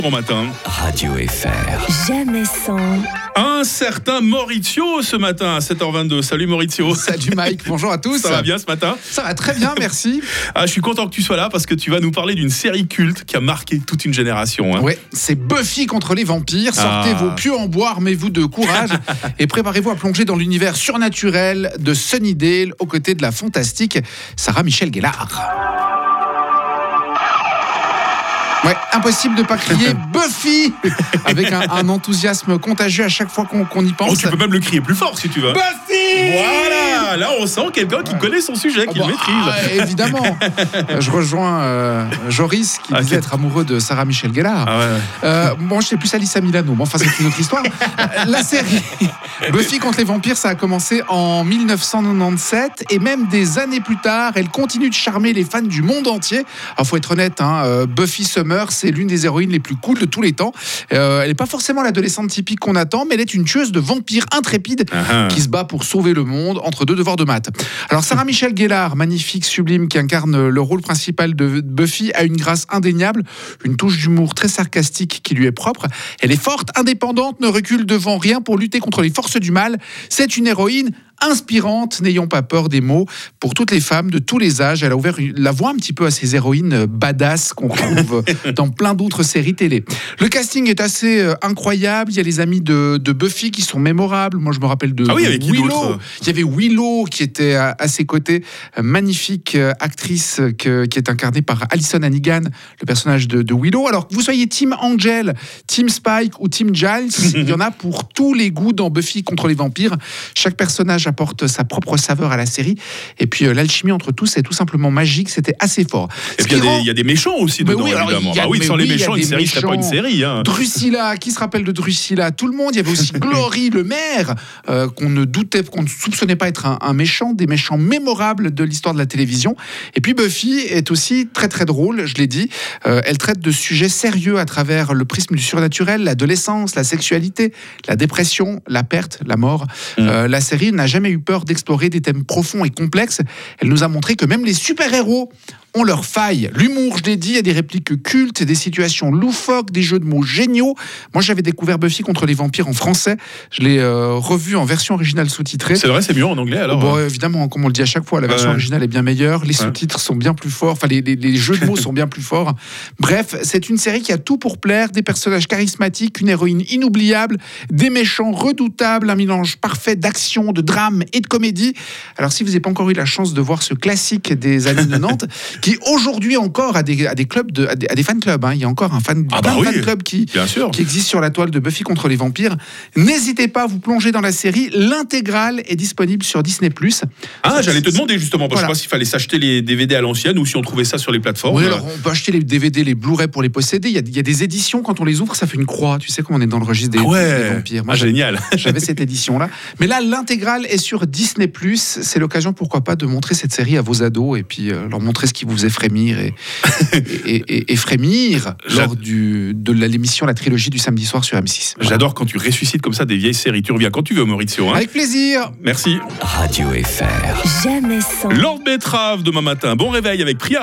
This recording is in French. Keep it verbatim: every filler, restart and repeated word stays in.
Bon matin. Radio F R. Jamais sans. Un certain Maurizio ce matin à sept heures vingt-deux. Salut Maurizio. Salut Mike, bonjour à tous. Ça va bien ce matin? Ça va très bien, merci. Ah, je suis content que tu sois là parce que tu vas nous parler d'une série culte qui a marqué toute une génération. Hein. Ouais, c'est Buffy contre les vampires. Sortez Ah. vos pieux en bois, armez-vous de courage et préparez-vous à plonger dans l'univers surnaturel de Sunnydale aux côtés de la fantastique Sarah Michelle Gellar. Ouais, impossible de pas crier Buffy avec un, un enthousiasme contagieux à chaque fois qu'on, qu'on y pense. Oh, tu peux même le crier plus fort si tu veux. Buffy! Voilà, là on sent quelqu'un qui connaît son sujet, qui Ah le bah, maîtrise. ah, évidemment. Je rejoins euh, Joris qui Ah, disait c'est- être amoureux de Sarah Michelle Gellar. Ah ouais. Euh, moi, j'étais plus Alissa Milano. Bon, enfin, c'est une autre histoire. Euh, La série Buffy contre les vampires, ça a commencé en dix-neuf cent quatre-vingt-dix-sept et même des années plus tard, elle continue de charmer les fans du monde entier. Alors, faut être honnête, hein, euh, Buffy Summer, c'est l'une des héroïnes les plus cool de tous les temps. Euh, elle n'est pas forcément l'adolescente typique qu'on attend, mais elle est une tueuse de vampires intrépide Ah. qui se bat pour sauver le monde entre deux devoirs de maths. Alors, Sarah Michelle Gellar, magnifique, sublime, qui incarne le rôle principal de Buffy, a une grâce indéniable, une touche d'humour très sarcastique qui lui est propre. Elle est forte, indépendante, ne recule devant rien pour lutter contre les forces du mal. C'est une héroïne inspirante, n'ayons pas peur des mots. Pour toutes les femmes de tous les âges, elle a ouvert la voie un petit peu à ces héroïnes badass qu'on retrouve dans plein d'autres séries télé. Le casting est assez euh, incroyable. Il y a les amis de, de Buffy qui sont mémorables. Moi, je me rappelle de Ah oui, avec qui Willow. d'autre Il y avait Willow qui était à, à ses côtés, euh, magnifique euh, actrice que- qui est incarnée par Alison Hannigan, le personnage de, de Willow. Alors que vous soyez Team Angel, Team Spike ou Team Giles, il y en a pour tous les goûts dans Buffy contre les vampires. Chaque personnage apporte sa propre saveur à la série. Et puis euh, l'alchimie entre tous est tout simplement magique. C'était assez fort. Et Ce puis il y, qui a des- rend- il y a des méchants aussi Mais dedans, oui, alors, évidemment. il y a- Bah oui, mais sans les oui, il y a méchants, une des série serait pas une méchants. série. Hein. Drusilla, qui se rappelle de Drusilla? Tout le monde. Il y avait aussi Glory, le maire, euh, qu'on ne doutait, qu'on ne soupçonnait pas être un, un méchant, des méchants mémorables de l'histoire de la télévision. Et puis Buffy est aussi très très drôle, je l'ai dit. Euh, elle traite de sujets sérieux à travers le prisme du surnaturel, l'adolescence, la sexualité, la dépression, la perte, la mort. Mm. Euh, la série n'a jamais eu peur d'explorer des thèmes profonds et complexes. Elle nous a montré que même les super-héros ont leurs failles. L'humour, je l'ai dit, il y a des répliques cultes, des situations loufoques, des jeux de mots géniaux. Moi, j'avais découvert Buffy contre les vampires en français. Je l'ai euh, revu en version originale sous-titrée. C'est vrai, c'est mieux en anglais alors. Bon, euh. évidemment, comme on le dit à chaque fois, la version Ouais. originale est bien meilleure, les sous-titres sont bien plus forts, enfin les, les- les jeux de mots sont bien plus forts. Bref, c'est une série qui a tout pour plaire, des personnages charismatiques, une héroïne inoubliable, des méchants redoutables, un mélange parfait d'action, de drame et de comédie. Alors si vous n'avez pas encore eu la chance de voir ce classique des années quatre-vingt-dix, qui aujourd'hui encore a des, a des clubs, de, a des, a des fan clubs, hein. Il y a encore un fan, Ah plein bah de oui. fan clubs qui, Bien sûr. qui existe sur la toile de Buffy contre les vampires. N'hésitez pas à vous plonger dans la série. L'intégrale est disponible sur Disney plus. Ah, j'allais te demander justement, parce que Voilà. je sais pas s'il fallait s'acheter les D V D à l'ancienne ou si on trouvait ça sur les plateformes. Oui, alors on peut acheter les D V D, les Blu-ray pour les posséder. Il y, a, il y a des éditions, quand on les ouvre, ça fait une croix. Tu sais, comme on est dans le registre des, Ah ouais. des vampires. Moi, Ah, j'avais- génial. j'avais cette édition-là. Mais là, l'intégrale est sur Disney plus. C'est l'occasion, pourquoi pas, de montrer cette série à vos ados et puis euh, leur montrer ce qui vous faisait frémir et, et, et- et frémir J'a- lors du, de la- l'émission La Trilogie du samedi soir sur M six. Voilà. J'adore quand tu ressuscites comme ça des vieilles séries. Tu reviens quand tu veux, Maurizio. Hein. Avec plaisir. Merci. Radio F R. Jamais sans. Lord Betrave demain matin. Bon réveil avec Priya.